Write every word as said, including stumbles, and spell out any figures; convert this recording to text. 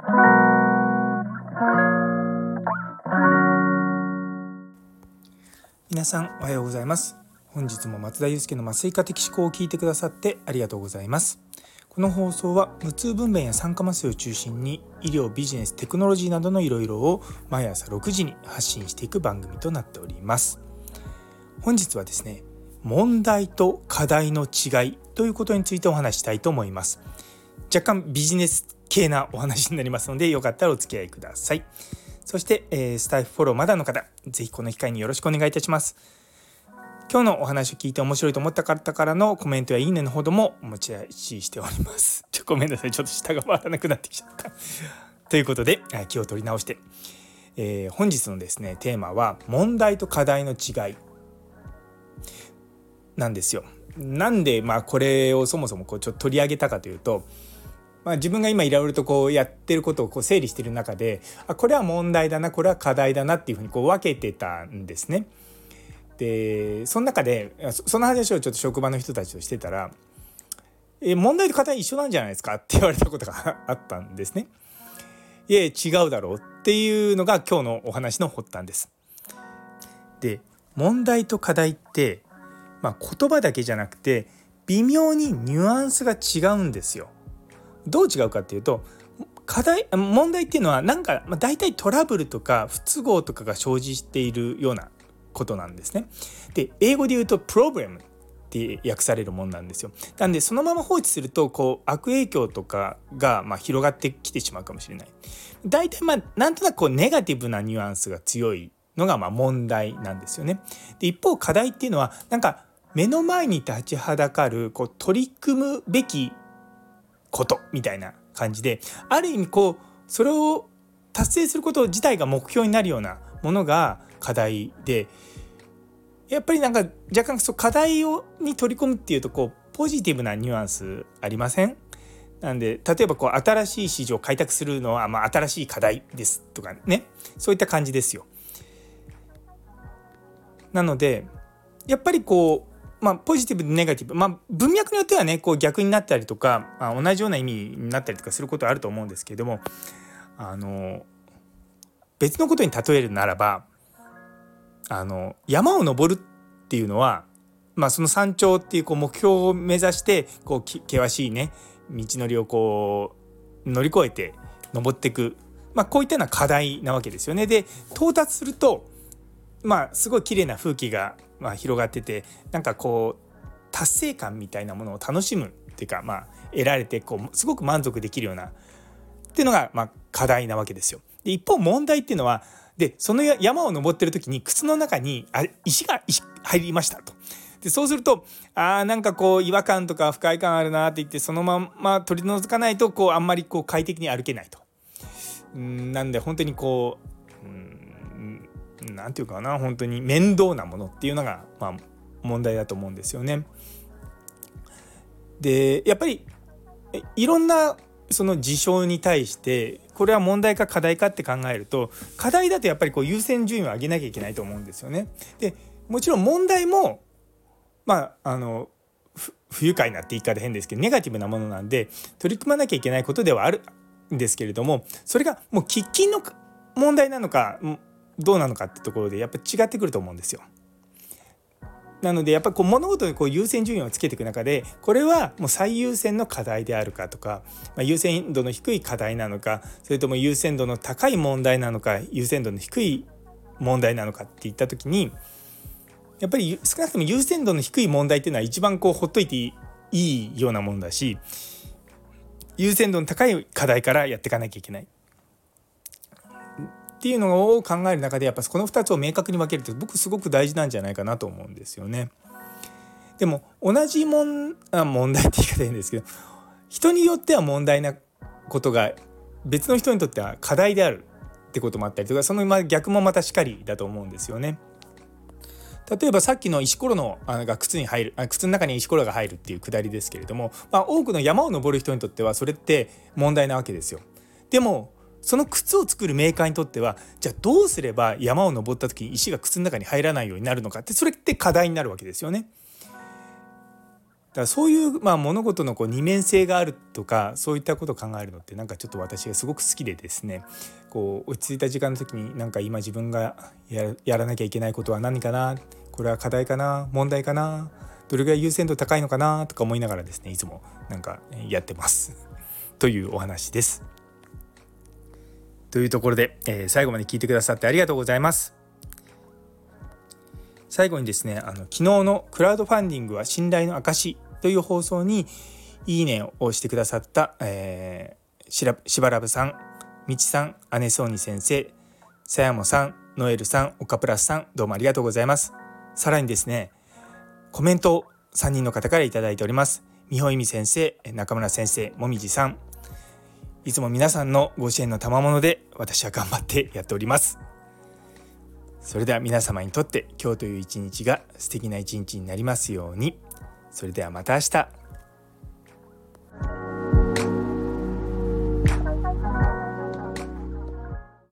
皆さんおはようございます。本日も松田祐介の麻酔科的思考を聞いてくださってありがとうございます。この放送は無痛分娩や酸化麻酔を中心に医療、ビジネス、テクノロジーなどのいろいろを毎朝ろくじに発信していく番組となっております。本日はですね、問題と課題の違いということについてお話したいと思います。若干ビジネス系なお話になりますので、よかったらお付き合いください。そして、えー、スタイフフォローまだの方、ぜひこの機会によろしくお願いいたします。今日のお話を聞いて面白いと思った方からのコメントやいいねのほどもお持ち出ししております。ちょごめんなさい、ちょっと舌が回らなくなってきちゃったということで、気を取り直して、えー、本日のですねテーマは問題と課題の違いなんですよ。なんでまあこれをそもそもこうちょっと取り上げたかというと、まあ、自分が今いろいろとこうやってることをこう整理している中で、あ、これは問題だな、これは課題だなっていうふうにこう分けてたんですね。でその中でその話をちょっと職場の人たちとしてたら、え問題と課題一緒なんじゃないですかって言われたことがあったんですね。いえ違うだろうっていうのが今日のお話の発端です。で問題と課題って、まあ、言葉だけじゃなくて微妙にニュアンスが違うんですよ。どう違うかっていうと、課題問題っていうのはなんか、まあ、大体トラブルとか不都合とかが生じているようなことなんですね。で英語で言うとプロブレムって訳されるもんなんですよ。なんでそのまま放置するとこう悪影響とかがまあ広がってきてしまうかもしれない。大体まあなんとなくこうネガティブなニュアンスが強いのがまあ問題なんですよね。で一方課題っていうのはなんか目の前に立ちはだかるこう取り組むべきことみたいな感じで、ある意味こうそれを達成すること自体が目標になるようなものが課題で、やっぱりなんか若干そう課題をに取り込むっていうとこうポジティブなニュアンスありません？なんで例えばこう新しい市場を開拓するのはまあ新しい課題ですとかね、そういった感じですよ。なのでやっぱりこうまあ、ポジティブネガティブ、まあ、文脈によってはねこう逆になったりとか、まあ、同じような意味になったりとかすることはあると思うんですけれども、あの別のことに例えるならば、あの山を登るっていうのは、まあ、その山頂っていうこう目標を目指してこう険しいね道のりをこう乗り越えて登っていく、まあ、こういったような課題なわけですよね。で到達すると、まあ、すごい綺麗な風景がまあ広がってて、なんかこう達成感みたいなものを楽しむっていうか、まあ、得られてこうすごく満足できるようなっていうのがまあ課題なわけですよ。で一方問題っていうのは、でその山を登ってる時に靴の中にあ石が石入りましたと。でそうするとあーなんかこう違和感とか不快感あるなって言って、そのまま取り除かないとこうあんまりこう快適に歩けないと。んなんで本当にこううんなんていうかな、本当に面倒なものっていうのがまあ問題だと思うんですよね。でやっぱりいろんなその事象に対してこれは問題か課題かって考えると、課題だとやっぱりこう優先順位を上げなきゃいけないと思うんですよね。でもちろん問題もまああの不愉快なって言い方変ですけどネガティブなものなんで取り組まなきゃいけないことではあるんですけれども、それがもう喫緊の問題なのかどうなのかってところでやっぱり違ってくると思うんですよ。なのでやっぱりこう物事にこう優先順位をつけていく中で、これはもう最優先の課題であるかとか、まあ、優先度の低い課題なのか、それとも優先度の高い問題なのか、優先度の低い問題なのかっていった時に、やっぱり少なくとも優先度の低い問題っていうのは一番こうほっといていいようなものだし、優先度の高い課題からやっていかなきゃいけないっていうのを考える中で、やっぱこのふたつを明確に分けるって僕すごく大事なんじゃないかなと思うんですよね。でも同じもんあ問題って言い方変ですけど、人によっては問題なことが別の人にとっては課題であるってこともあったりとか、その逆もまたしかりだと思うんですよね。例えばさっきの石ころのが靴に入る、靴の中に石ころが入るっていうくだりですけれども、まあ、多くの山を登る人にとってはそれって問題なわけですよ。でもその靴を作るメーカーにとっては、じゃあどうすれば山を登った時に石が靴の中に入らないようになるのかって、それって課題になるわけですよね。 からそういう、まあ、物事のこう二面性があるとか、そういったことを考えるのってなんかちょっと私がすごく好きでですね、こう落ち着いた時間の時になんか今自分が や, やらなきゃいけないことは何かな、これは課題かな、問題かな、どれぐらい優先度高いのかなとか思いながらですね、いつもなんかやってますというお話です。というところで、えー、最後まで聞いてくださってありがとうございます。最後にですね、あの昨日のクラウドファンディングは信頼の証という放送にいいねを押してくださった、えー、しらしばらぶさん、みちさん、姉そうに先生、さやもさん、ノエルさん、オカプラスさん、どうもありがとうございます。さらにですね、コメントをさんにんの方からいただいております。みほいみ先生、中村先生、もみじさん、いつも皆さんのご支援の賜物で私は頑張ってやっております。それでは皆様にとって今日という一日が素敵な一日になりますように。それではまた明日。